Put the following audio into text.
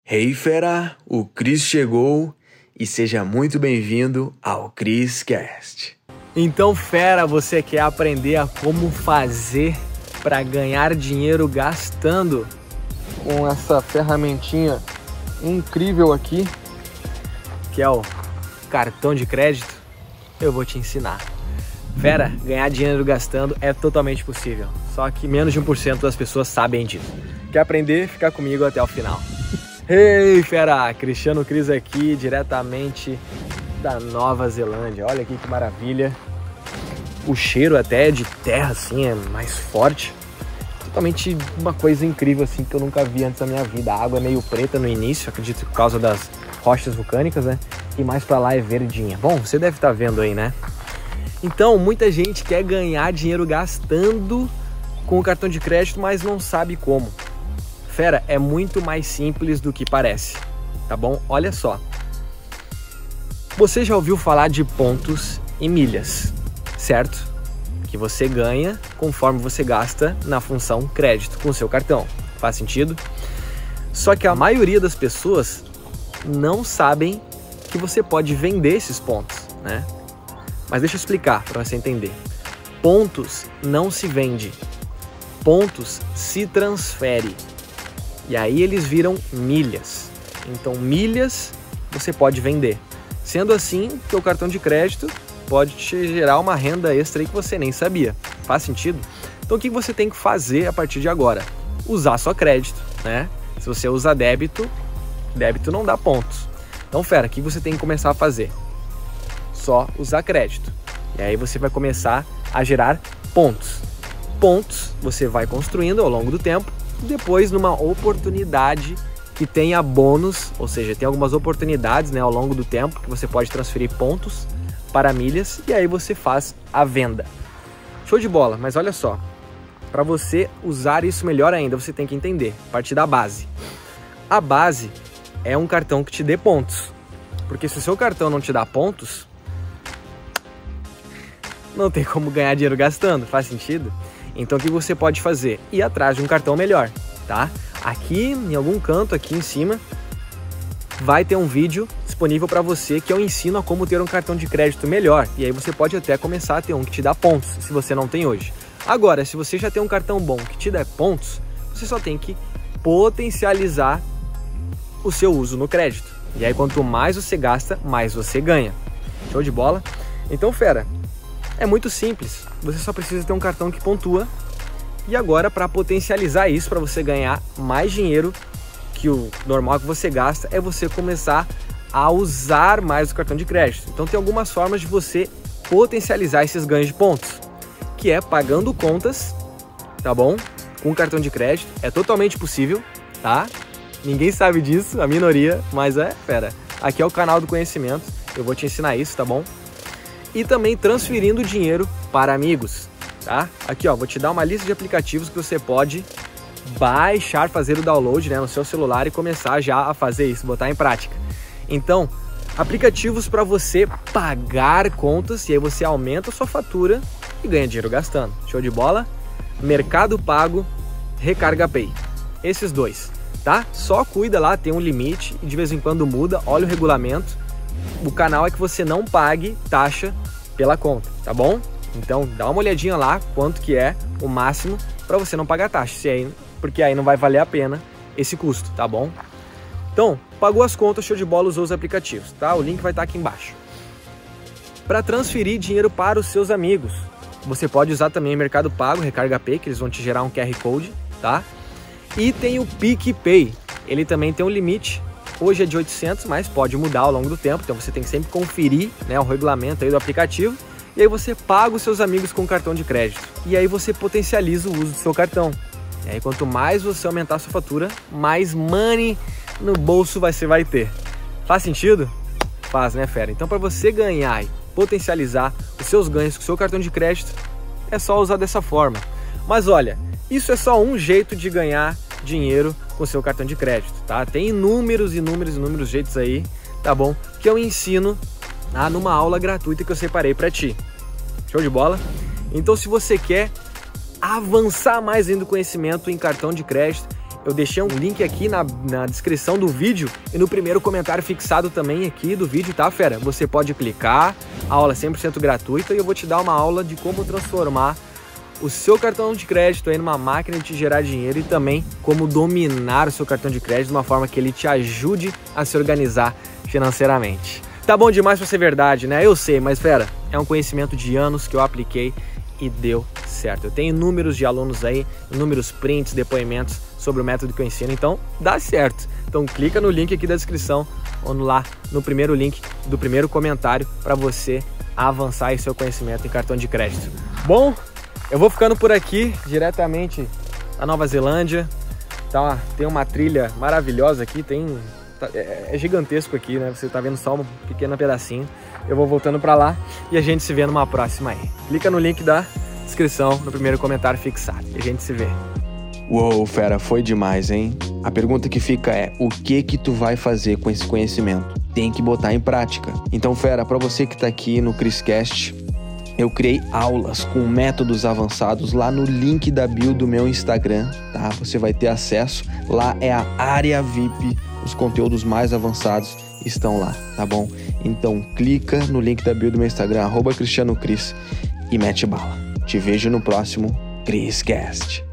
Hey fera, o Cris chegou e seja muito bem-vindo ao CrisCast. Então fera, você quer aprender a como fazer para ganhar dinheiro gastando com essa ferramentinha incrível aqui, que é o cartão de crédito? Eu vou te ensinar. Fera, ganhar dinheiro gastando é totalmente possível, só que menos de 1% das pessoas sabem disso. Quer aprender? Fica comigo até o final. Hey fera, Cristiano Cris aqui, diretamente da Nova Zelândia. Olha aqui que maravilha. O cheiro até de terra assim é mais forte. Totalmente uma coisa incrível assim que eu nunca vi antes da minha vida. A água é meio preta no início, acredito por causa das rochas vulcânicas, né? E mais pra lá é verdinha. Bom, você deve estar vendo aí, né? Então, muita gente quer ganhar dinheiro gastando com o cartão de crédito, mas não sabe como. Fera, é muito mais simples do que parece, tá bom? Olha só. Você já ouviu falar de pontos e milhas, certo? Que você ganha conforme você gasta na função crédito com o seu cartão. Faz sentido? Só que a maioria das pessoas não sabem que você pode vender esses pontos, né? Mas deixa eu explicar para você entender. Pontos não se vende. Pontos se transfere. E aí eles viram milhas. Então milhas você pode vender. Sendo assim, teu cartão de crédito pode te gerar uma renda extra aí que você nem sabia. Faz sentido? Então o que você tem que fazer a partir de agora? Usar só crédito, né? Se você usa débito, débito não dá pontos. Então fera, o que você tem que começar a fazer? Só usar crédito. E aí você vai começar a gerar pontos. Pontos você vai construindo ao longo do tempo. Depois, numa oportunidade que tenha bônus, ou seja, tem algumas oportunidades, né, ao longo do tempo que você pode transferir pontos para milhas e aí você faz a venda. Show de bola, mas olha só, para você usar isso melhor ainda, você tem que entender, a partir da base. A base é um cartão que te dê pontos, porque se o seu cartão não te dá pontos, não tem como ganhar dinheiro gastando, faz sentido? Então o que você pode fazer? Ir atrás de um cartão melhor, tá? Aqui em algum canto, aqui em cima, vai ter um vídeo disponível para você que eu ensino a como ter um cartão de crédito melhor. E aí você pode até começar a ter um que te dá pontos, se você não tem hoje. Agora, se você já tem um cartão bom que te dá pontos, você só tem que potencializar o seu uso no crédito. E aí quanto mais você gasta, mais você ganha. Show de bola? Então, fera, é muito simples, você só precisa ter um cartão que pontua. E agora, para potencializar isso, para você ganhar mais dinheiro que o normal que você gasta, é você começar a usar mais o cartão de crédito. Então tem algumas formas de você potencializar esses ganhos de pontos, que é pagando contas, tá bom? Com cartão de crédito, é totalmente possível, tá? Ninguém sabe disso, a minoria, mas é, fera. Aqui é o canal do conhecimento, eu vou te ensinar isso, tá bom? E também transferindo dinheiro para amigos, tá? Aqui, ó, vou te dar uma lista de aplicativos que você pode baixar, fazer o download, né, no seu celular e começar já a fazer isso, botar em prática. Então, aplicativos para você pagar contas e aí você aumenta a sua fatura e ganha dinheiro gastando. Show de bola? Mercado Pago, Recarga Pay. Esses dois, tá? Só cuida lá, tem um limite e de vez em quando muda, olha o regulamento. O canal é que você não pague taxa pela conta, tá bom? Então dá uma olhadinha lá quanto que é o máximo para você não pagar taxa, porque aí não vai valer a pena esse custo, tá bom? Então, pagou as contas, show de bola, usou os aplicativos, tá? O link vai estar aqui embaixo. Para transferir dinheiro para os seus amigos, você pode usar também o Mercado Pago, Recarga Pay, que eles vão te gerar um QR Code, tá? E tem o PicPay, ele também tem um limite. Hoje é de 800, mas pode mudar ao longo do tempo, então você tem que sempre conferir, né, o regulamento aí do aplicativo. E aí você paga os seus amigos com cartão de crédito. E aí você potencializa o uso do seu cartão. E aí quanto mais você aumentar a sua fatura, mais money no bolso você vai ter. Faz sentido? Faz, né, fera? Então para você ganhar e potencializar os seus ganhos com o seu cartão de crédito, é só usar dessa forma. Mas olha, isso é só um jeito de ganhar dinheiro com o seu cartão de crédito, tá? Tem inúmeros jeitos aí, tá bom? Que eu ensino numa aula gratuita que eu separei para ti. Show de bola? Então se você quer avançar mais ainda o conhecimento em cartão de crédito eu deixei um link aqui na descrição do vídeo e no primeiro comentário fixado também aqui do vídeo, tá, fera? Você pode clicar, a aula é 100% gratuita e eu vou te dar uma aula de como transformar o seu cartão de crédito aí numa máquina de te gerar dinheiro e também como dominar o seu cartão de crédito de uma forma que ele te ajude a se organizar financeiramente. Tá bom demais pra ser verdade, né? Eu sei, mas fera, é um conhecimento de anos que eu apliquei e deu certo. Eu tenho inúmeros de alunos aí, inúmeros prints, depoimentos sobre o método que eu ensino, então dá certo. Então clica no link aqui da descrição ou lá no primeiro link do primeiro comentário para você avançar em seu conhecimento em cartão de crédito. Bom, eu vou ficando por aqui, diretamente da Nova Zelândia. Tá, tem uma trilha maravilhosa aqui, é gigantesco aqui, né? Você tá vendo só um pequeno pedacinho. Eu vou voltando para lá e a gente se vê numa próxima aí. Clica no link da descrição, no primeiro comentário fixado, e a gente se vê. Uou, fera, foi demais, hein? A pergunta que fica é, o que tu vai fazer com esse conhecimento? Tem que botar em prática. Então, fera, para você que tá aqui no ChrisCast, eu criei aulas com métodos avançados lá no link da bio do meu Instagram, tá? Você vai ter acesso. Lá é a área VIP, os conteúdos mais avançados estão lá, tá bom? Então clica no link da bio do meu Instagram, @CristianoCris, e mete bala. Te vejo no próximo ChrisCast.